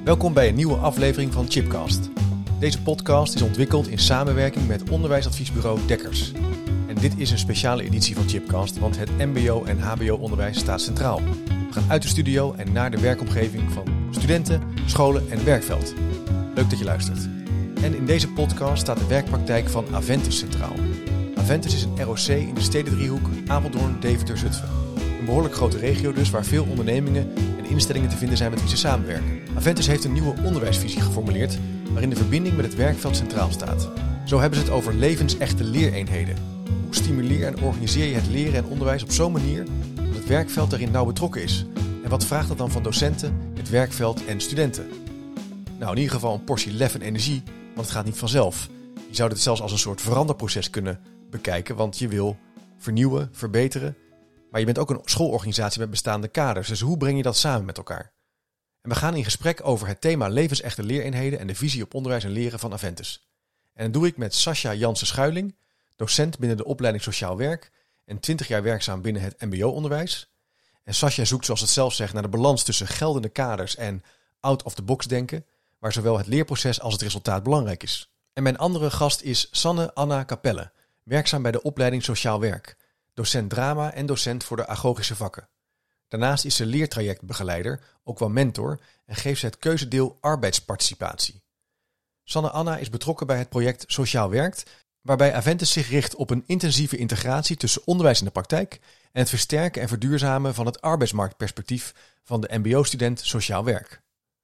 Welkom bij een nieuwe aflevering van Chipcast. Deze podcast is ontwikkeld in samenwerking met onderwijsadviesbureau Dekkers. En dit is een speciale editie van Chipcast, want het mbo- en hbo-onderwijs staat centraal. We gaan uit de studio en naar de werkomgeving van studenten, scholen en werkveld. Leuk dat je luistert. En in deze podcast staat de werkpraktijk van Aventus centraal. Aventus is een ROC in de stedendriehoek Apeldoorn, Deventer, Zutphen. Een behoorlijk grote regio dus, waar veel ondernemingen en instellingen te vinden zijn met wie ze samenwerken. Aventus heeft een nieuwe onderwijsvisie geformuleerd, waarin de verbinding met het werkveld centraal staat. Zo hebben ze het over levensechte leereenheden. Hoe stimuleer en organiseer je het leren en onderwijs op zo'n manier dat het werkveld daarin nauw betrokken is? En wat vraagt dat dan van docenten, het werkveld en studenten? Nou, in ieder geval een portie lef en energie, want het gaat niet vanzelf. Je zou dit zelfs als een soort veranderproces kunnen bekijken, want je wil vernieuwen, verbeteren. Maar je bent ook een schoolorganisatie met bestaande kaders, dus hoe breng je dat samen met elkaar? En we gaan in gesprek over het thema levensechte leereenheden en de visie op onderwijs en leren van Aventus. En dat doe ik met Sascha Jansen-Schuiling, docent binnen de opleiding Sociaal Werk en 20 jaar werkzaam binnen het mbo-onderwijs. En Sascha zoekt, zoals het zelf zegt, naar de balans tussen geldende kaders en out-of-the-box denken, waar zowel het leerproces als het resultaat belangrijk is. En mijn andere gast is Sanne Anna Capelle, werkzaam bij de opleiding Sociaal Werk, docent drama en docent voor de agogische vakken. Daarnaast is ze leertrajectbegeleider, ook wel mentor, en geeft ze het keuzedeel arbeidsparticipatie. Sanne Anna is betrokken bij het project Sociaal Werkt, waarbij Aventus zich richt op een intensieve integratie tussen onderwijs en de praktijk en het versterken en verduurzamen van het arbeidsmarktperspectief van de mbo-student Sociaal Werk.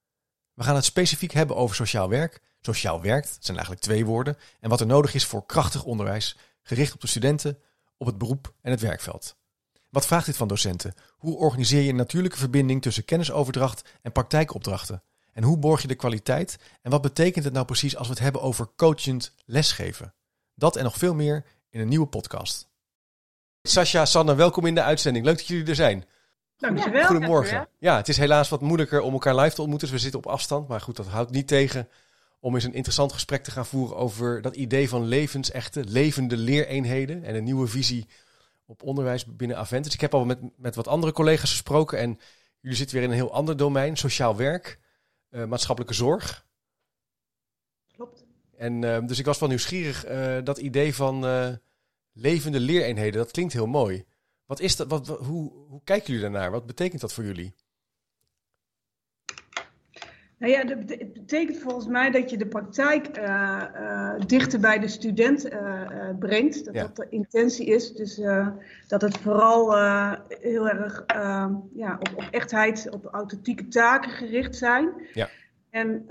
We gaan het specifiek hebben over sociaal werk. Sociaal werkt, het zijn eigenlijk 2 woorden, en wat er nodig is voor krachtig onderwijs, gericht op de studenten, op het beroep en het werkveld. Wat vraagt dit van docenten? Hoe organiseer je een natuurlijke verbinding tussen kennisoverdracht en praktijkopdrachten? En hoe borg je de kwaliteit? En wat betekent het nou precies als we het hebben over coachend lesgeven? Dat en nog veel meer in een nieuwe podcast. Sascha, Sanne, welkom in de uitzending. Leuk dat jullie er zijn. Dankjewel. Goedemorgen. Ja, het is helaas wat moeilijker om elkaar live te ontmoeten. Dus we zitten op afstand. Maar goed, dat houdt niet tegen om eens een interessant gesprek te gaan voeren over dat idee van levensechte, levende leereenheden en een nieuwe visie op onderwijs binnen Aventus. Ik heb al met wat andere collega's gesproken en jullie zitten weer in een heel ander domein, sociaal werk, maatschappelijke zorg. Klopt. En dus ik was wel nieuwsgierig, dat idee van levende leereenheden, dat klinkt heel mooi. Wat is dat? Hoe kijken jullie daarnaar? Wat betekent dat voor jullie? Nou ja, het betekent volgens mij dat je de praktijk dichter bij de student brengt. Dat de intentie is. Dus dat het vooral heel erg op echtheid, op authentieke taken gericht zijn. Ja. En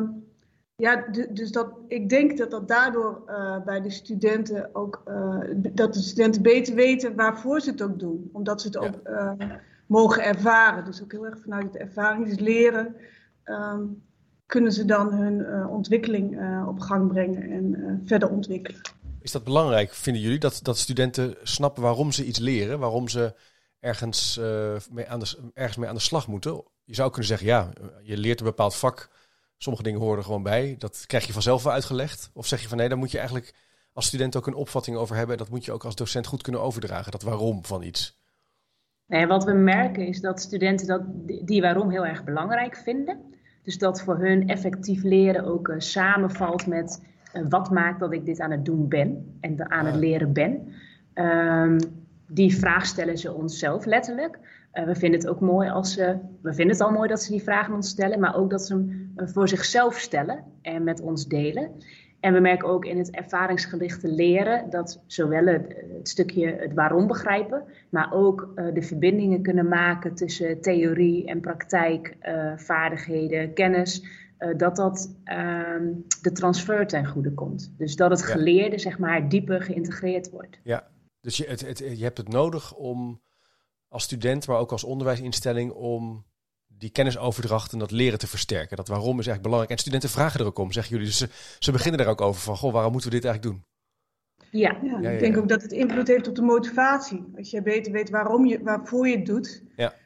dus ik denk dat daardoor bij de studenten ook, dat de studenten beter weten waarvoor ze het ook doen. Omdat ze het ook mogen ervaren. Dus ook heel erg vanuit het ervaringsleren kunnen ze dan hun ontwikkeling op gang brengen en verder ontwikkelen. Is dat belangrijk, vinden jullie, dat studenten snappen waarom ze iets leren, waarom ze ergens mee aan de slag moeten? Je zou kunnen zeggen, je leert een bepaald vak, sommige dingen horen er gewoon bij, dat krijg je vanzelf wel uitgelegd. Of zeg je van nee, daar moet je eigenlijk als student ook een opvatting over hebben, dat moet je ook als docent goed kunnen overdragen, dat waarom van iets. Nee, wat we merken is dat studenten die waarom heel erg belangrijk vinden. Dus dat voor hun effectief leren ook samenvalt met wat maakt dat ik dit aan het doen ben en aan het leren ben. Die vraag stellen ze onszelf letterlijk. We vinden het ook mooi we vinden het al mooi dat ze die vragen ons stellen, maar ook dat ze hem voor zichzelf stellen en met ons delen. En we merken ook in het ervaringsgerichte leren dat zowel het stukje het waarom begrijpen, maar ook de verbindingen kunnen maken tussen theorie en praktijk, vaardigheden, kennis, dat de transfer ten goede komt. Dus dat het geleerde zeg maar dieper geïntegreerd wordt. Ja, dus je hebt het nodig om als student, maar ook als onderwijsinstelling om die kennisoverdracht en dat leren te versterken. Dat waarom is eigenlijk belangrijk. En studenten vragen er ook om, zeggen jullie. Dus ze beginnen daar ook over van, waarom moeten we dit eigenlijk doen? Ja, ik denk ook dat het invloed heeft op de motivatie. Als je beter weet waarvoor je het doet,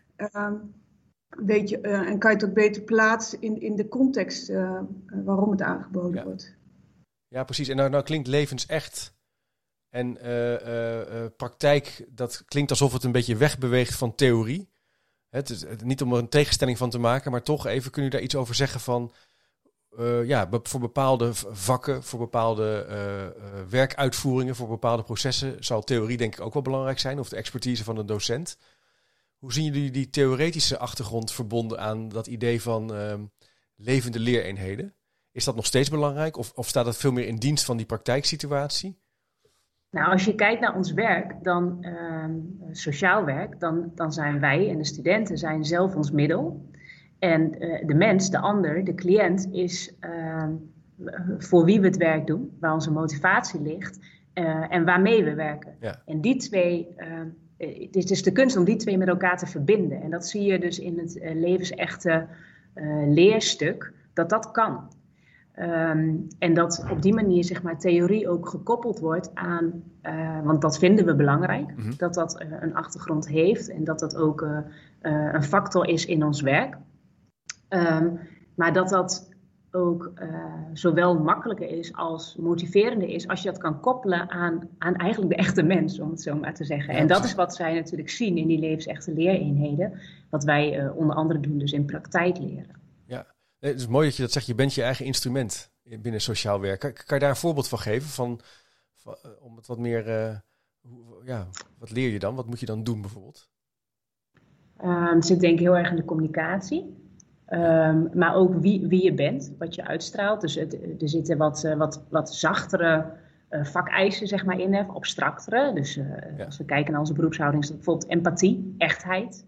weet je, en kan je het ook beter plaatsen in de context waarom het aangeboden wordt. Ja, precies. En nou klinkt levensecht en praktijk, dat klinkt alsof het een beetje wegbeweegt van theorie. Het is niet om er een tegenstelling van te maken, maar toch even, kun je daar iets over zeggen van... voor bepaalde vakken, voor bepaalde werkuitvoeringen, voor bepaalde processen zal theorie denk ik ook wel belangrijk zijn, of de expertise van een docent. Hoe zien jullie die theoretische achtergrond verbonden aan dat idee van levende leereenheden? Is dat nog steeds belangrijk of staat dat veel meer in dienst van die praktijksituatie? Nou, als je kijkt naar ons werk, dan sociaal werk, dan zijn wij en de studenten zijn zelf ons middel. En de mens, de ander, de cliënt is voor wie we het werk doen, waar onze motivatie ligt en waarmee we werken. Ja. En die twee, het is de kunst om die twee met elkaar te verbinden. En dat zie je dus in het levensechte leerstuk, dat kan. En dat op die manier zeg maar theorie ook gekoppeld wordt aan, want dat vinden we belangrijk, dat een achtergrond heeft en dat ook een factor is in ons werk. Maar dat ook zowel makkelijker is als motiverender is als je dat kan koppelen aan eigenlijk de echte mens, om het zo maar te zeggen. Ja, en dat is wat zij natuurlijk zien in die levensechte leereenheden, wat wij onder andere doen dus in praktijk leren. Ja, het is mooi dat je dat zegt, je bent je eigen instrument binnen sociaal werk. Kan je daar een voorbeeld van geven, van om het wat meer, wat leer je dan? Wat moet je dan doen bijvoorbeeld? Dus ik denk heel erg in de communicatie. Maar ook wie je bent, wat je uitstraalt. Dus er zitten wat zachtere vakeisen zeg maar, in, abstractere. Dus als we kijken naar onze beroepshouding, is dat bijvoorbeeld empathie, echtheid.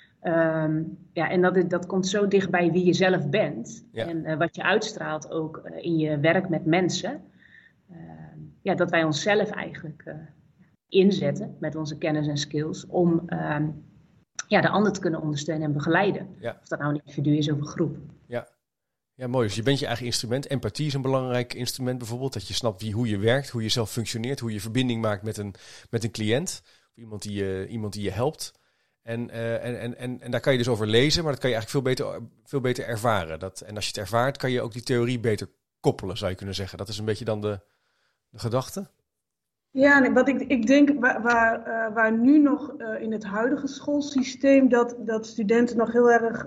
En dat komt zo dichtbij wie je zelf bent. Ja. En wat je uitstraalt ook in je werk met mensen. Dat wij onszelf eigenlijk inzetten met onze kennis en skills om... de ander te kunnen ondersteunen en begeleiden. Ja. Of dat nou een individu is of een groep. Ja, mooi. Dus je bent je eigen instrument. Empathie is een belangrijk instrument bijvoorbeeld. Dat je snapt hoe je werkt, hoe je zelf functioneert, hoe je verbinding maakt met een cliënt. Of iemand die je helpt. En daar kan je dus over lezen, maar dat kan je eigenlijk veel beter ervaren. En als je het ervaart, kan je ook die theorie beter koppelen, zou je kunnen zeggen. Dat is een beetje dan de gedachte. Ja, wat ik denk waar nu nog in het huidige schoolsysteem dat studenten nog heel erg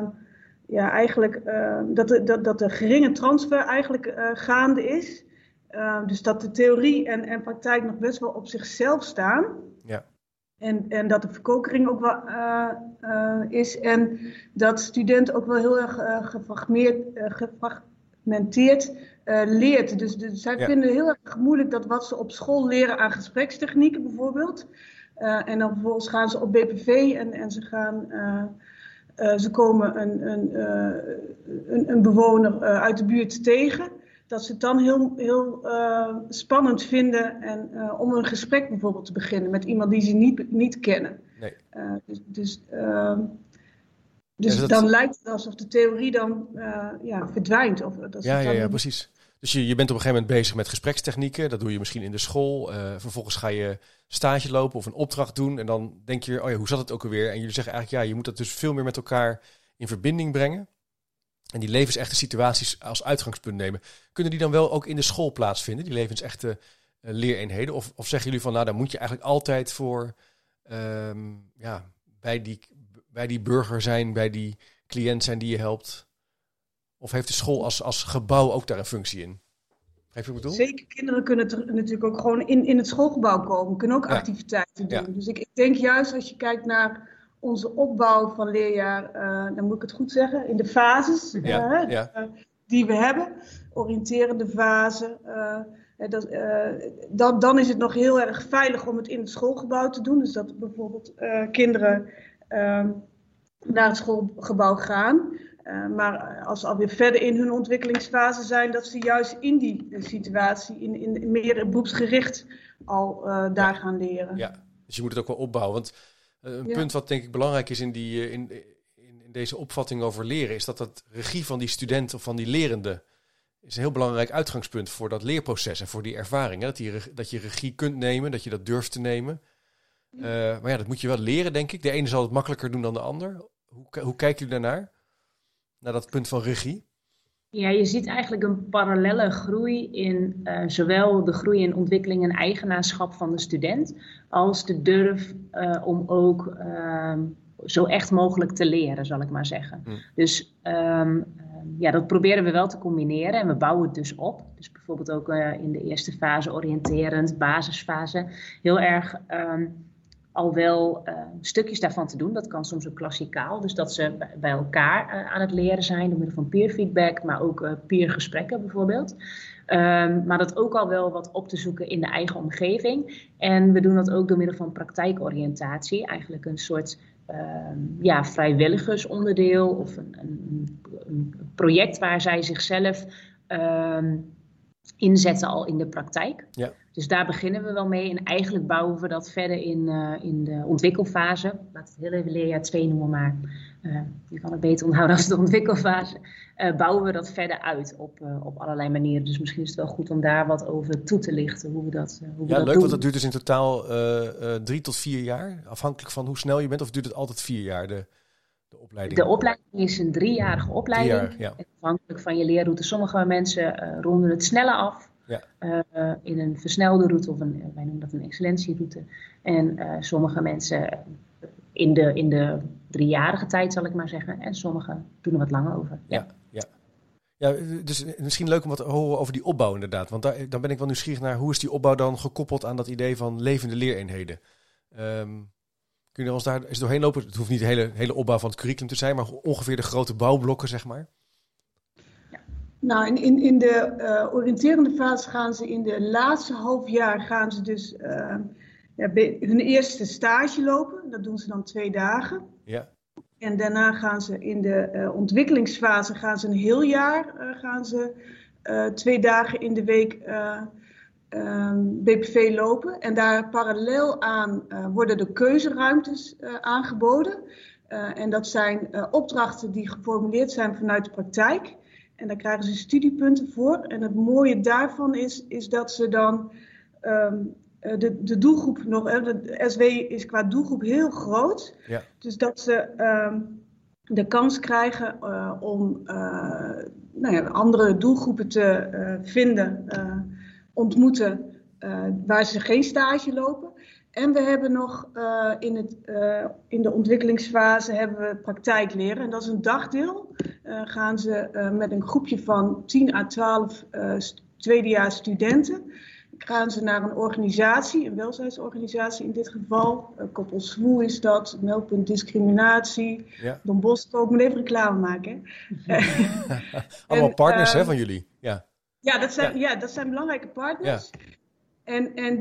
dat de geringe transfer eigenlijk gaande is. Dus dat de theorie en praktijk nog best wel op zichzelf staan. Ja. En dat de verkokering ook wel is. En dat studenten ook wel heel erg gefragmenteerd leert. Dus zij vinden heel erg moeilijk dat wat ze op school leren aan gesprekstechnieken bijvoorbeeld. En dan vervolgens gaan ze op BPV en ze komen een bewoner uit de buurt tegen. Dat ze het dan heel spannend vinden om een gesprek bijvoorbeeld te beginnen met iemand die ze niet kennen. Nee. Dus dan lijkt het alsof de theorie dan verdwijnt. Ja, precies. Dus je bent op een gegeven moment bezig met gesprekstechnieken. Dat doe je misschien in de school. Vervolgens ga je stage lopen of een opdracht doen. En dan denk je weer, hoe zat het ook alweer? En jullie zeggen eigenlijk, je moet dat dus veel meer met elkaar in verbinding brengen. En die levensechte situaties als uitgangspunt nemen. Kunnen die dan wel ook in de school plaatsvinden, die levensechte leereenheden? Of zeggen jullie van, daar moet je eigenlijk altijd voor bij die burger zijn, bij die cliënt zijn die je helpt? Of heeft de school als gebouw ook daar een functie in? Begrijp je wat ik bedoel? Zeker, kinderen kunnen natuurlijk ook gewoon in het schoolgebouw komen. Kunnen ook activiteiten doen. Ja. Dus ik denk juist als je kijkt naar onze opbouw van leerjaar, dan moet ik het goed zeggen, in de fases die we hebben. Oriënterende fase. Dan is het nog heel erg veilig om het in het schoolgebouw te doen. Dus dat bijvoorbeeld kinderen naar het schoolgebouw gaan. Maar als ze alweer verder in hun ontwikkelingsfase zijn, dat ze juist in die situatie, in meer beroepsgericht al daar gaan leren. Ja, dus je moet het ook wel opbouwen. Want een punt wat denk ik belangrijk is in deze opvatting over leren, is dat regie van die student of van die lerende is een heel belangrijk uitgangspunt voor dat leerproces en voor die ervaring. Hè? Dat je regie kunt nemen, dat je dat durft te nemen. Maar dat moet je wel leren, denk ik. De ene zal het makkelijker doen dan de ander. Hoe kijken jullie daarnaar? Naar dat punt van regie? Ja, je ziet eigenlijk een parallelle groei in zowel de groei in ontwikkeling en eigenaarschap van de student, als de durf om ook zo echt mogelijk te leren, zal ik maar zeggen. Dus dat proberen we wel te combineren en we bouwen het dus op. Dus bijvoorbeeld ook in de eerste fase oriënterend, basisfase, heel erg al wel stukjes daarvan te doen. Dat kan soms ook klassikaal, dus dat ze bij elkaar aan het leren zijn door middel van peerfeedback, maar ook peergesprekken bijvoorbeeld. Maar dat ook al wel wat op te zoeken in de eigen omgeving. En we doen dat ook door middel van praktijkoriëntatie. Eigenlijk een soort vrijwilligersonderdeel of een project waar zij zichzelf inzetten al in de praktijk. Ja. Dus daar beginnen we wel mee. En eigenlijk bouwen we dat verder in de ontwikkelfase. Laat het heel even leerjaar 2 noemen, maar je kan het beter onthouden als de ontwikkelfase. Bouwen we dat verder uit op allerlei manieren. Dus misschien is het wel goed om daar wat over toe te lichten. Hoe we dat leuk, doen. Want dat duurt dus in totaal 3 tot 4 jaar. Afhankelijk van hoe snel je bent. Of duurt het altijd 4 jaar, de opleiding? De opleiding is een 3-jarige opleiding. 3 jaar, ja. Afhankelijk van je leerroute. Sommige mensen ronden het sneller af. Ja. In een versnelde route of wij noemen dat een excellentieroute. En sommige mensen in de 3-jarige tijd, zal ik maar zeggen. En sommigen doen er wat langer over. Ja, dus misschien leuk om wat te horen over die opbouw inderdaad. Want dan ben ik wel nieuwsgierig naar hoe is die opbouw dan gekoppeld aan dat idee van levende leereenheden. Kun je ons daar eens doorheen lopen? Het hoeft niet de hele opbouw van het curriculum te zijn, maar ongeveer de grote bouwblokken, zeg maar. Nou, in de oriënterende fase gaan ze in de laatste half jaar dus hun eerste stage lopen. Dat doen ze dan 2 dagen. Ja. En daarna gaan ze in de ontwikkelingsfase een heel jaar 2 dagen in de week BPV lopen. En daar parallel aan worden de keuzeruimtes aangeboden. En dat zijn opdrachten die geformuleerd zijn vanuit de praktijk. En daar krijgen ze studiepunten voor. En het mooie daarvan is dat ze dan de doelgroep nog... de SW is qua doelgroep heel groot. Ja. Dus dat ze de kans krijgen om andere doelgroepen te vinden, ontmoeten, waar ze geen stage lopen. En we hebben nog in de ontwikkelingsfase hebben we praktijk leren. En dat is een dagdeel. Gaan ze met een groepje van 10 à 12 tweedejaars studenten. Gaan ze naar een organisatie, een welzijnsorganisatie in dit geval. Koppel Zwoel is dat, Meldpunt Discriminatie, ja. Don Bosco. Ik moet even reclame maken. Allemaal partners van jullie. Ja, dat zijn belangrijke partners. Ja. En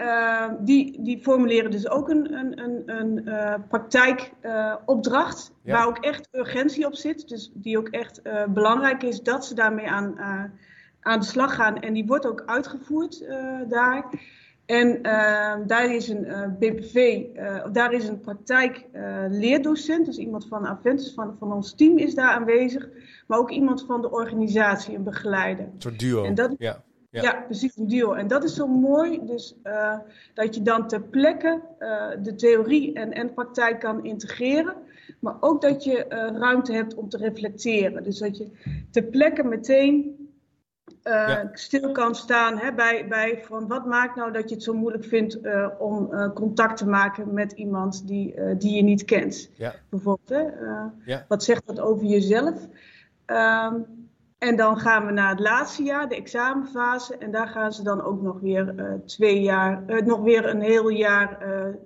die formuleren dus ook een praktijkopdracht, waar ook echt urgentie op zit. Dus die ook echt belangrijk is dat ze daarmee aan de slag gaan. En die wordt ook uitgevoerd daar. En daar is een BPV, daar is een praktijkleerdocent. Dus iemand van Aventus, van ons team is daar aanwezig. Maar ook iemand van de organisatie, een begeleider. Een soort duo, en dat, ja, precies, een duo. En dat is zo mooi, dus dat je dan ter plekke de theorie en praktijk kan integreren. Maar ook dat je ruimte hebt om te reflecteren. Dus dat je ter plekke meteen stil kan staan bij van wat maakt nou dat je het zo moeilijk vindt om contact te maken met iemand die je niet kent. Ja. Bijvoorbeeld, wat zegt dat over jezelf? En dan gaan we naar het laatste jaar, de examenfase. En daar gaan ze dan ook nog weer 2 jaar, nog weer een heel jaar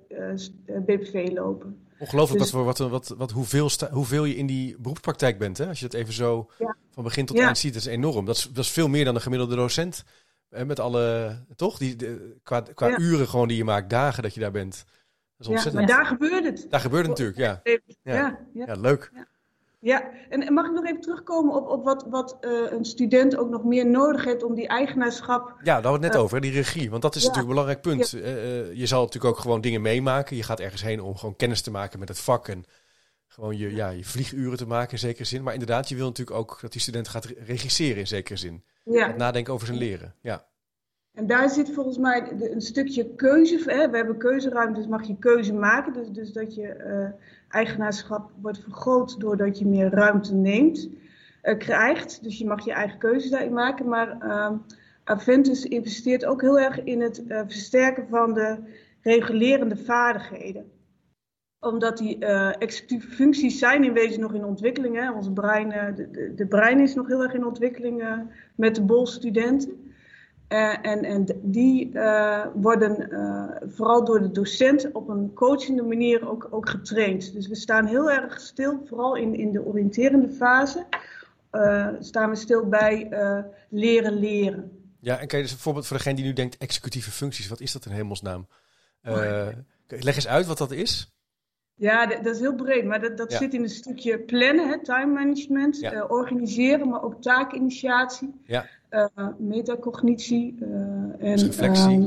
BPV lopen. Ongelooflijk dus, hoeveel je in die beroepspraktijk bent. Hè? Als je het even zo van begin tot eind ziet, dat is enorm. Dat is veel meer dan een gemiddelde docent. Met alle, toch? Qua uren gewoon die je maakt, dagen dat je daar bent. Dat is ontzettend. Maar daar gebeurt het. Daar gebeurt het natuurlijk, ja, leuk. Ja, en mag ik nog even terugkomen op wat een student ook nog meer nodig heeft om die eigenaarschap... Ja, daar hadden we het net over, die regie. Want dat is natuurlijk een belangrijk punt. Ja. Je zal natuurlijk ook gewoon dingen meemaken. Je gaat ergens heen om gewoon kennis te maken met het vak. En gewoon je vlieguren te maken in zekere zin. Maar inderdaad, je wil natuurlijk ook dat die student gaat regisseren in zekere zin. Ja. Gaat nadenken over zijn leren, ja. En daar zit volgens mij een stukje keuze. We hebben keuzeruimte, dus mag je keuze maken. Dus dat je eigenaarschap wordt vergroot doordat je meer ruimte krijgt. Dus je mag je eigen keuzes daarin maken. Maar Aventus investeert ook heel erg in het versterken van de regulerende vaardigheden. Omdat die executieve functies zijn in wezen nog in ontwikkeling. Hè. Ons brein, de brein is nog heel erg in ontwikkeling met de BOL-studenten. En die worden vooral door de docent op een coachende manier ook getraind. Dus we staan heel erg stil, vooral in de oriënterende fase, staan we stil bij leren. Ja, en kan je dus bijvoorbeeld voor degene die nu denkt executieve functies, wat is dat in hemelsnaam? Leg eens uit wat dat is. Ja, dat is heel breed, maar dat zit in een stukje plannen, hè, time management, organiseren, maar ook taakinitiatie, metacognitie. Dus reflectie,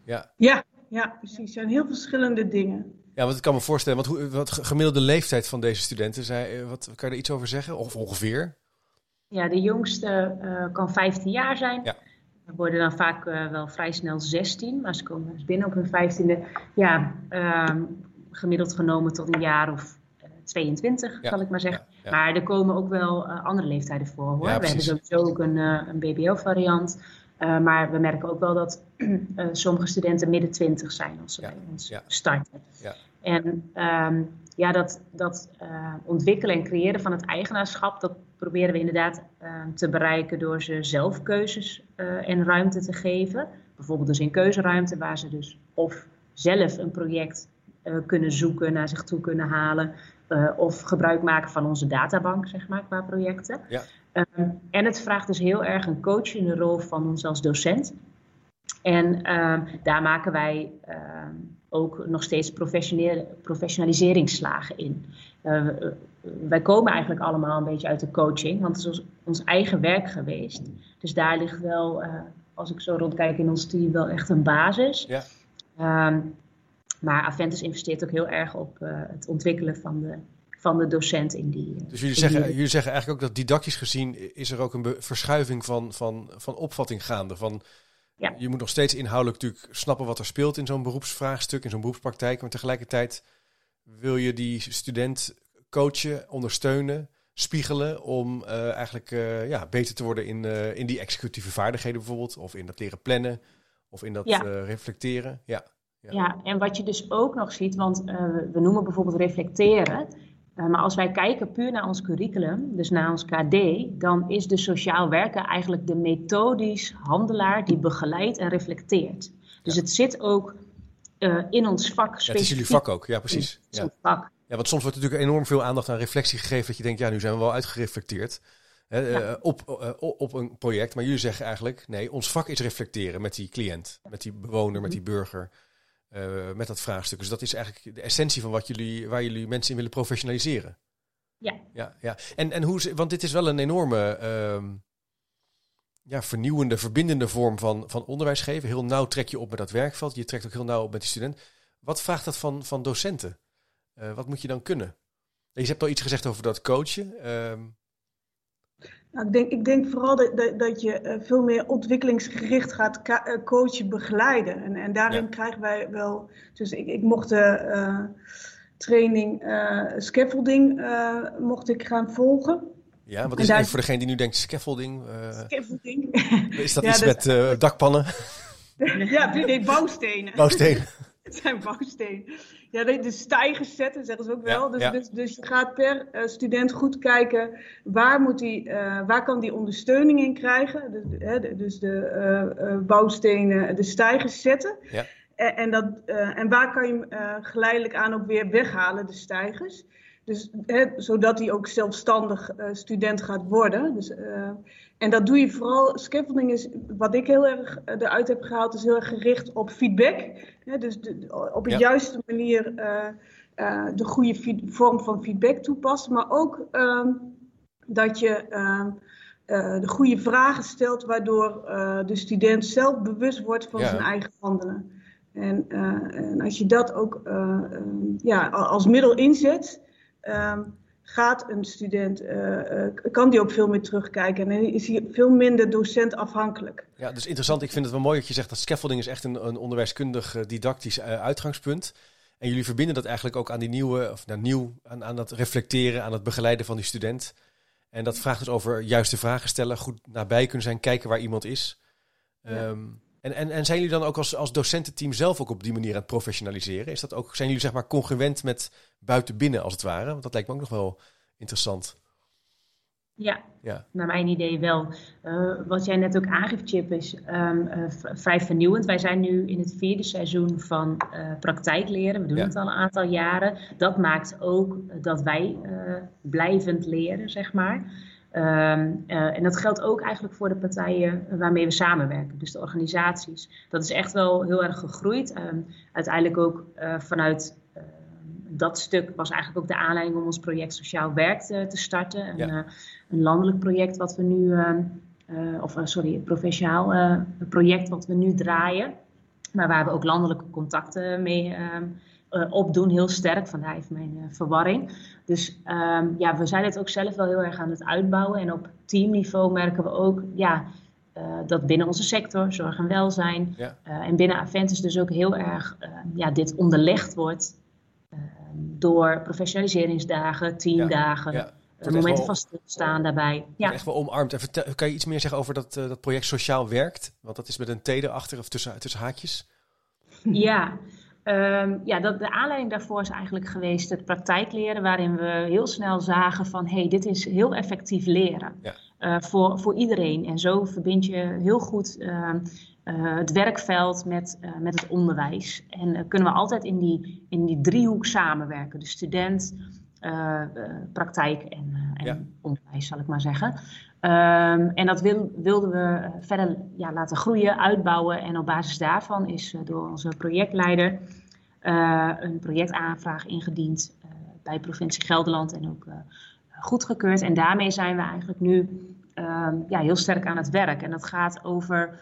Ja, precies. Het zijn heel verschillende dingen. Ja, want ik kan me voorstellen, wat gemiddelde leeftijd van deze studenten, wat kan je er iets over zeggen? Of ongeveer? Ja, de jongste kan 15 jaar zijn. Ja. We worden dan vaak wel vrij snel 16, maar ze komen dus binnen op hun 15e. Ja, gemiddeld genomen tot een jaar of 22, zal ik maar zeggen. Ja. Maar er komen ook wel andere leeftijden voor, hoor. Ja, we hebben sowieso ook een BBO-variant. Maar we merken ook wel dat sommige studenten midden 20 zijn als ze bij ons starten. Ja. En dat ontwikkelen en creëren van het eigenaarschap, dat proberen we inderdaad te bereiken door ze zelf keuzes en ruimte te geven. Bijvoorbeeld dus in keuzeruimte, waar ze dus of zelf een project kunnen zoeken, naar zich toe kunnen halen. Of gebruik maken van onze databank, zeg maar, qua projecten. Ja. En het vraagt dus heel erg een coach in de rol van ons als docent. En daar maken wij ook nog steeds professionaliseringsslagen in. Wij komen eigenlijk allemaal een beetje uit de coaching, want het is ons eigen werk geweest. Dus daar ligt wel, als ik zo rondkijk in ons team, wel echt een basis. Ja. Maar Aventus investeert ook heel erg op het ontwikkelen van de docent in die. Dus jullie zeggen eigenlijk ook dat didactisch gezien is er ook een verschuiving van opvatting gaande. Je moet nog steeds inhoudelijk natuurlijk snappen wat er speelt in zo'n beroepsvraagstuk, in zo'n beroepspraktijk. Maar tegelijkertijd wil je die student coachen, ondersteunen, spiegelen om eigenlijk beter te worden in die executieve vaardigheden bijvoorbeeld. Of in dat leren plannen of in dat reflecteren. Ja, en wat je dus ook nog ziet, want we noemen bijvoorbeeld reflecteren. Maar als wij kijken puur naar ons curriculum, dus naar ons KD, dan is de sociaal werker eigenlijk de methodisch handelaar die begeleidt en reflecteert. Dus het zit ook in ons vak specifiek. Het is jullie vak ook, ja precies. Vak. Ja, want soms wordt natuurlijk enorm veel aandacht aan reflectie gegeven, dat je denkt, nu zijn we wel uitgereflecteerd op een project. Maar jullie zeggen eigenlijk, nee, ons vak is reflecteren met die cliënt, met die bewoner, met die burger. Met dat vraagstuk. Dus dat is eigenlijk de essentie van waar jullie mensen in willen professionaliseren. Ja. En hoe, want dit is wel een enorme vernieuwende, verbindende vorm van onderwijs geven. Heel nauw trek je op met dat werkveld. Je trekt ook heel nauw op met die student. Wat vraagt dat van docenten? Wat moet je dan kunnen? Je hebt al iets gezegd over dat coachen. Nou, ik denk vooral dat je veel meer ontwikkelingsgericht gaat coachen, begeleiden. En daarin krijgen wij wel. Dus ik mocht de training scaffolding mocht ik gaan volgen. Ja, wat is het voor degene die nu denkt scaffolding? Scaffolding. Is dat iets met dakpannen? Ja, nee, bouwstenen. Bouwstenen. Het zijn bouwstenen. Ja, de stijgers zetten, zeggen ze ook wel. Dus je gaat per student goed kijken waar kan die ondersteuning in krijgen. Dus de bouwstenen, de stijgers zetten. Ja. En waar kan je hem geleidelijk aan ook weer weghalen, de stijgers. Dus, zodat hij ook zelfstandig student gaat worden. Dus, en dat doe je vooral, scaffolding is, wat ik heel erg eruit heb gehaald, is heel erg gericht op feedback. Dus op de juiste manier de goede vorm van feedback toepassen. Maar ook dat je de goede vragen stelt, waardoor de student zelf bewust wordt van zijn eigen handelen. En als je dat ook als middel inzet, gaat een student, kan die ook veel meer terugkijken en is hij veel minder docentafhankelijk. Ja, dus interessant. Ik vind het wel mooi dat je zegt dat scaffolding is echt een onderwijskundig didactisch uitgangspunt. En jullie verbinden dat eigenlijk ook aan die aan dat reflecteren, aan het begeleiden van die student. En dat vraagt dus over juiste vragen stellen, goed nabij kunnen zijn, kijken waar iemand is. En zijn jullie dan ook als docententeam zelf ook op die manier aan het professionaliseren? Zijn jullie zeg maar congruent met buiten-binnen als het ware? Want dat lijkt me ook nog wel interessant. Ja, naar mijn idee wel. Wat jij net ook aangeeft, Chip, is vrij vernieuwend. Wij zijn nu in het 4e seizoen van praktijkleren. We doen het al een aantal jaren. Dat maakt ook dat wij blijvend leren, zeg maar. En dat geldt ook eigenlijk voor de partijen waarmee we samenwerken. Dus de organisaties. Dat is echt wel heel erg gegroeid. Uiteindelijk ook vanuit... dat stuk was eigenlijk ook de aanleiding om ons project Sociaal Werk te starten. Een landelijk project wat we nu, een provinciaal project wat we nu draaien. Maar waar we ook landelijke contacten mee opdoen, heel sterk. Vandaar even mijn verwarring. Dus we zijn het ook zelf wel heel erg aan het uitbouwen. En op teamniveau merken we ook dat binnen onze sector, zorg en welzijn, en binnen Aventus dus ook heel erg dit onderlegd wordt. Door professionaliseringsdagen, teamdagen, momenten van stilstaan daarbij. Ja. Echt wel omarmd. En kan je iets meer zeggen over dat project Sociaal Werkt? Want dat is met een T erachter of tussen haakjes. Ja, de aanleiding daarvoor is eigenlijk geweest het praktijkleren, waarin we heel snel zagen van dit is heel effectief leren. Ja. Voor iedereen. En zo verbind je heel goed het werkveld met het onderwijs. En kunnen we altijd in die driehoek samenwerken. De student, praktijk en onderwijs, zal ik maar zeggen. En dat wilden we verder laten groeien, uitbouwen. En op basis daarvan is door onze projectleider een projectaanvraag ingediend bij provincie Gelderland en ook goedgekeurd. En daarmee zijn we eigenlijk nu heel sterk aan het werk. En dat gaat over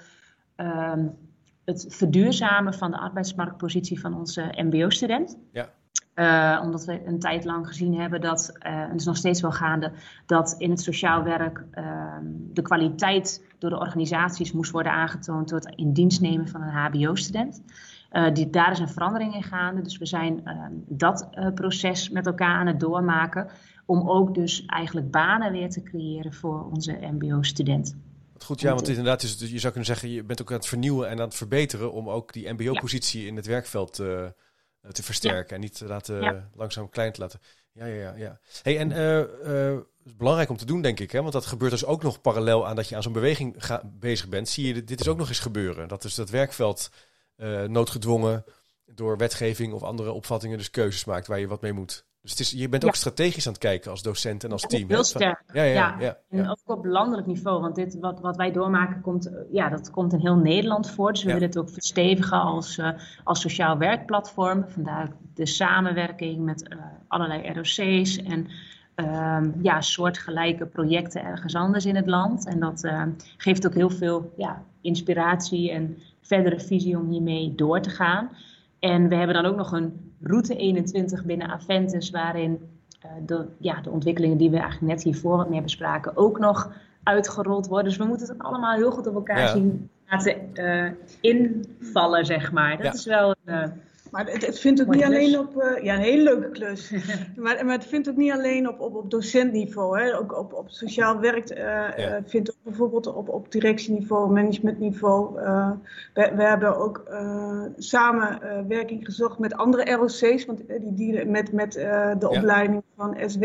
het verduurzamen van de arbeidsmarktpositie van onze mbo-student. Ja. Omdat we een tijd lang gezien hebben dat, en het is nog steeds wel gaande, dat in het sociaal werk de kwaliteit door de organisaties moest worden aangetoond door het in dienst nemen van een hbo-student. Daar is een verandering in gaande, dus we zijn dat proces met elkaar aan het doormaken om ook dus eigenlijk banen weer te creëren voor onze mbo-student. Goed, ja, want inderdaad, je zou kunnen zeggen, je bent ook aan het vernieuwen en aan het verbeteren om ook die mbo-positie in het werkveld te versterken en niet te laten langzaam klein te laten. Ja. Hey, en het is belangrijk om te doen, denk ik, hè? Want dat gebeurt dus ook nog parallel aan dat je aan zo'n beweging bezig bent. Zie je, dit is ook nog eens gebeuren. Dat is dat werkveld noodgedwongen door wetgeving of andere opvattingen dus keuzes maakt waar je wat mee moet. Dus je bent ook strategisch aan het kijken als docent en als team. Heel sterk. Ja. En ook op landelijk niveau. Want dit wat wij doormaken, dat komt in heel Nederland voor. Dus we willen het ook verstevigen als sociaal werkplatform. Vandaar de samenwerking met allerlei ROC's en soortgelijke projecten ergens anders in het land. En dat geeft ook heel veel inspiratie en verdere visie om hiermee door te gaan. En we hebben dan ook nog een route 21 binnen Aventus, waarin de ontwikkelingen die we eigenlijk net hiervoor wat meer bespraken ook nog uitgerold worden. Dus we moeten het allemaal heel goed op elkaar zien laten invallen, zeg maar. Dat is wel maar het vindt ook niet alleen op... een hele leuke klus. maar het vindt ook niet alleen op docentniveau. Hè. Ook op sociaal werk vindt ook bijvoorbeeld op directieniveau, managementniveau. We hebben ook samenwerking gezocht met andere ROC's. Want die dienen met de opleiding van SW.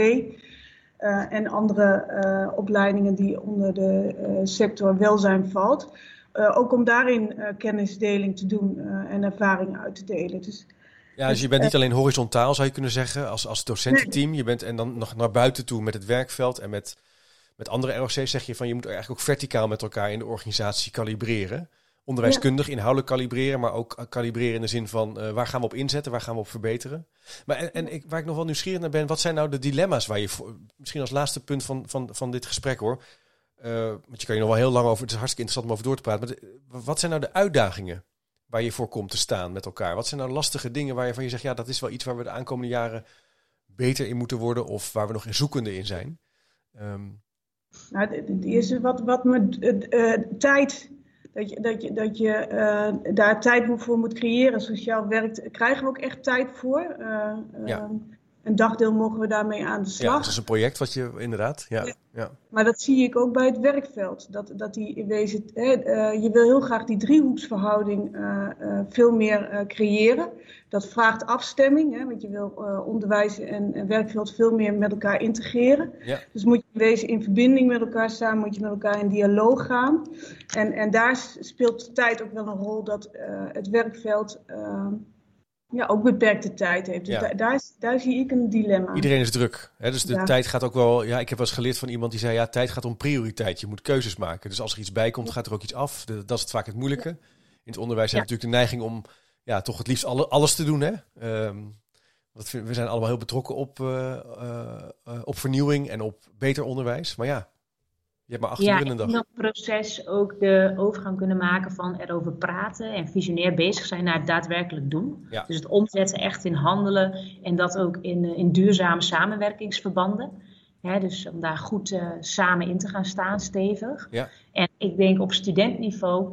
En andere opleidingen die onder de sector welzijn valt. Ook om daarin kennisdeling te doen en ervaringen uit te delen. Dus je bent niet alleen horizontaal, zou je kunnen zeggen, als docententeam. Nee. Je bent en dan nog naar buiten toe met het werkveld en met andere ROC's zeg je van je moet eigenlijk ook verticaal met elkaar in de organisatie kalibreren. Onderwijskundig, inhoudelijk kalibreren, maar ook kalibreren in de zin van waar gaan we op inzetten, waar gaan we op verbeteren. Maar waar ik nog wel nieuwsgierig naar ben, wat zijn nou de dilemma's waar je misschien als laatste punt van dit gesprek hoor. Want je kan je nog wel heel lang over, het is hartstikke interessant om over door te praten. Maar wat zijn nou de uitdagingen waar je voor komt te staan met elkaar? Wat zijn nou lastige dingen waar je van je zegt, dat is wel iets waar we de aankomende jaren beter in moeten worden of waar we nog zoekende in zijn? De eerste wat met tijd, dat je daar tijd voor moet creëren. Sociaal werk krijgen we ook echt tijd voor. een dagdeel mogen we daarmee aan de slag. Ja, dat is een project wat je inderdaad... Ja. Maar dat zie ik ook bij het werkveld. Dat die in wezen, je wil heel graag die driehoeksverhouding veel meer creëren. Dat vraagt afstemming, want je wil onderwijs en werkveld veel meer met elkaar integreren. Ja. Dus moet je in wezen in verbinding met elkaar staan, moet je met elkaar in dialoog gaan. En daar speelt de tijd ook wel een rol dat het werkveld... ook beperkte tijd heeft. Dus daar zie ik een dilemma. Iedereen is druk. Hè? Dus de tijd gaat ook wel... Ja, ik heb wel eens geleerd van iemand die zei... tijd gaat om prioriteit. Je moet keuzes maken. Dus als er iets bij komt, gaat er ook iets af. Dat is vaak het moeilijke. In het onderwijs hebben we natuurlijk de neiging om... toch het liefst alles te doen. Hè? We zijn allemaal heel betrokken op vernieuwing en op beter onderwijs. Maar je hebt maar 8 uur in een dag. Ja, in dat proces ook de overgang kunnen maken van erover praten en visionair bezig zijn naar het daadwerkelijk doen. Ja. Dus het omzetten echt in handelen en dat ook in duurzame samenwerkingsverbanden. Dus om daar goed samen in te gaan staan, stevig. Ja. En ik denk op studentniveau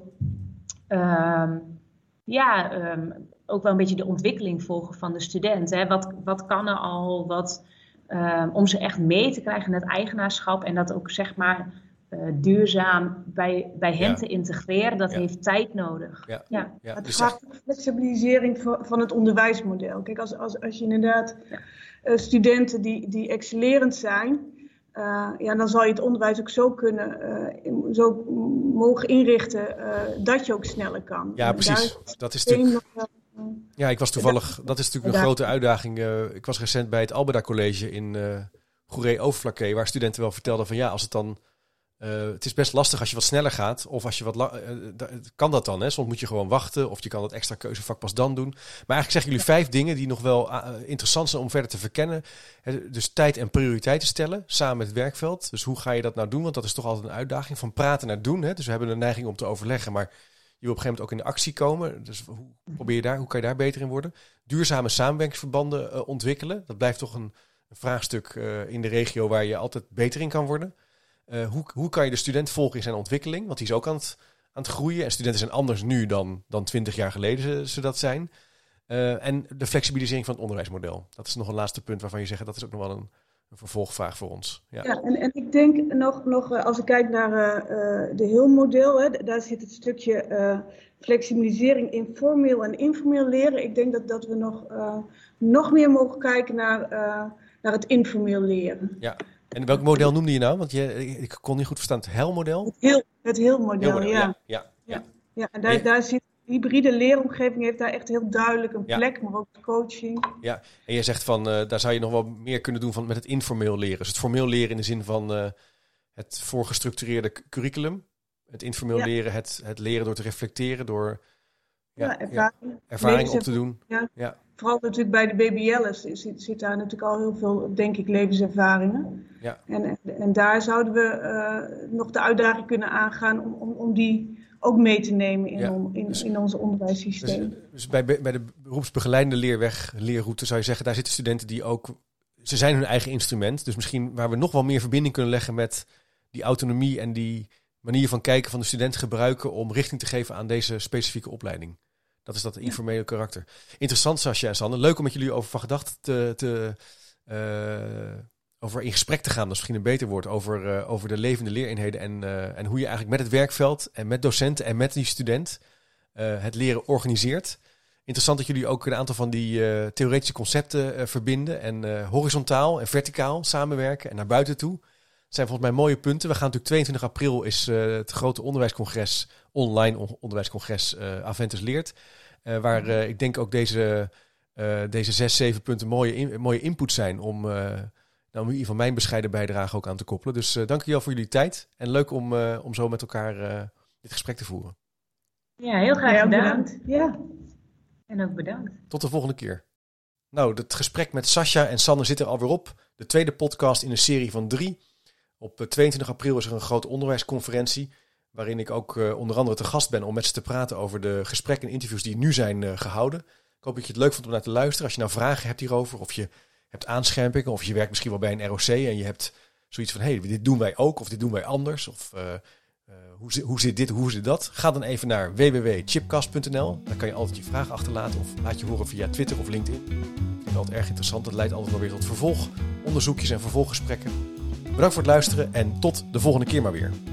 ook wel een beetje de ontwikkeling volgen van de student. Wat kan er al, om ze echt mee te krijgen in het eigenaarschap en dat ook zeg maar duurzaam bij hen te integreren, dat heeft tijd nodig. Ja. Het vraagt flexibilisering van het onderwijsmodel. Kijk, als je inderdaad studenten die excellerend zijn, dan zal je het onderwijs ook zo zo mogen inrichten dat je ook sneller kan. Ja, precies. Dat is natuurlijk... ik was toevallig... Dat is natuurlijk een grote uitdaging. Ik was recent bij het Alberda College in Goeree-Overflakkee, waar studenten wel vertelden van als het dan... het is best lastig als je wat sneller gaat. Of als je kan dat dan? Hè? Soms moet je gewoon wachten. Of je kan het extra keuzevak pas dan doen. Maar eigenlijk zeggen jullie 5 dingen die nog wel interessant zijn om verder te verkennen. Dus tijd en prioriteiten stellen. Samen met het werkveld. Dus hoe ga je dat nou doen? Want dat is toch altijd een uitdaging. Van praten naar doen. Hè? Dus we hebben een neiging om te overleggen. Maar je wil op een gegeven moment ook in de actie komen. Dus hoe kan je daar beter in worden? Duurzame samenwerkingsverbanden ontwikkelen. Dat blijft toch een vraagstuk in de regio waar je altijd beter in kan worden. Hoe kan je de student volgen in zijn ontwikkeling? Want die is ook aan het groeien. En studenten zijn anders nu dan 20 jaar geleden ze dat zijn. En de flexibilisering van het onderwijsmodel. Dat is nog een laatste punt waarvan je zegt... dat is ook nog wel een vervolgvraag voor ons. Ja, en ik denk nog als ik kijk naar de HIL-model... daar zit het stukje flexibilisering in formeel en informeel leren. Ik denk dat we nog meer mogen kijken naar het informeel leren. Ja. En welk model noemde je nou? Want ik kon niet goed verstaan. Het HEL-model? Het HIL-model, ja. Ja, en daar zit hybride leeromgeving, heeft daar echt heel duidelijk een plek, maar ook coaching. Ja, en je zegt van, daar zou je nog wel meer kunnen doen met het informeel leren. Dus het formeel leren in de zin van het voorgestructureerde curriculum. Het informeel leren, het leren door te reflecteren, door ervaring op te doen. Ja. Vooral natuurlijk bij de BBL'ers zit daar natuurlijk al heel veel, denk ik, levenservaringen. Ja. En daar zouden we nog de uitdaging kunnen aangaan om die ook mee te nemen in ons onderwijssysteem. Dus bij de beroepsbegeleidende leerroute zou je zeggen, daar zitten studenten die ook... Ze zijn hun eigen instrument. Dus misschien waar we nog wel meer verbinding kunnen leggen met die autonomie en die manier van kijken van de student gebruiken om richting te geven aan deze specifieke opleiding. Dat is dat informele karakter. Interessant, Sascha en Sanne. Leuk om met jullie over van gedachten over in gesprek te gaan. Dat is misschien een beter woord. Over de levende leereenheden en hoe je eigenlijk met het werkveld en met docenten en met die student het leren organiseert. Interessant dat jullie ook een aantal van die theoretische concepten verbinden en horizontaal en verticaal samenwerken en naar buiten toe. Dat zijn volgens mij mooie punten. We gaan natuurlijk 22 april is het grote onderwijscongres, online onderwijscongres Aventus Leert. Waar ik denk ook deze 6-7 punten mooie input zijn om in ieder geval mijn bescheiden bijdrage ook aan te koppelen. Dus dank jullie wel voor jullie tijd. En leuk om zo met elkaar dit gesprek te voeren. Ja, heel graag bedankt. Ja. En ook bedankt. Tot de volgende keer. Nou, het gesprek met Sascha en Sanne zit er alweer op. De tweede podcast in een serie van 3. Op 22 april is er een grote onderwijsconferentie, waarin ik ook onder andere te gast ben om met ze te praten over de gesprekken en interviews die nu zijn gehouden. Ik hoop dat je het leuk vond om naar te luisteren. Als je nou vragen hebt hierover, of je hebt aanscherpingen, of je werkt misschien wel bij een ROC en je hebt zoiets van, dit doen wij ook, of dit doen wij anders. Of Hoe zit dit, hoe zit dat? Ga dan even naar www.chipcast.nl. Daar kan je altijd je vraag achterlaten of laat je horen via Twitter of LinkedIn. Ik vind het altijd erg interessant. Dat leidt altijd wel weer tot vervolgonderzoekjes en vervolggesprekken. Bedankt voor het luisteren en tot de volgende keer maar weer.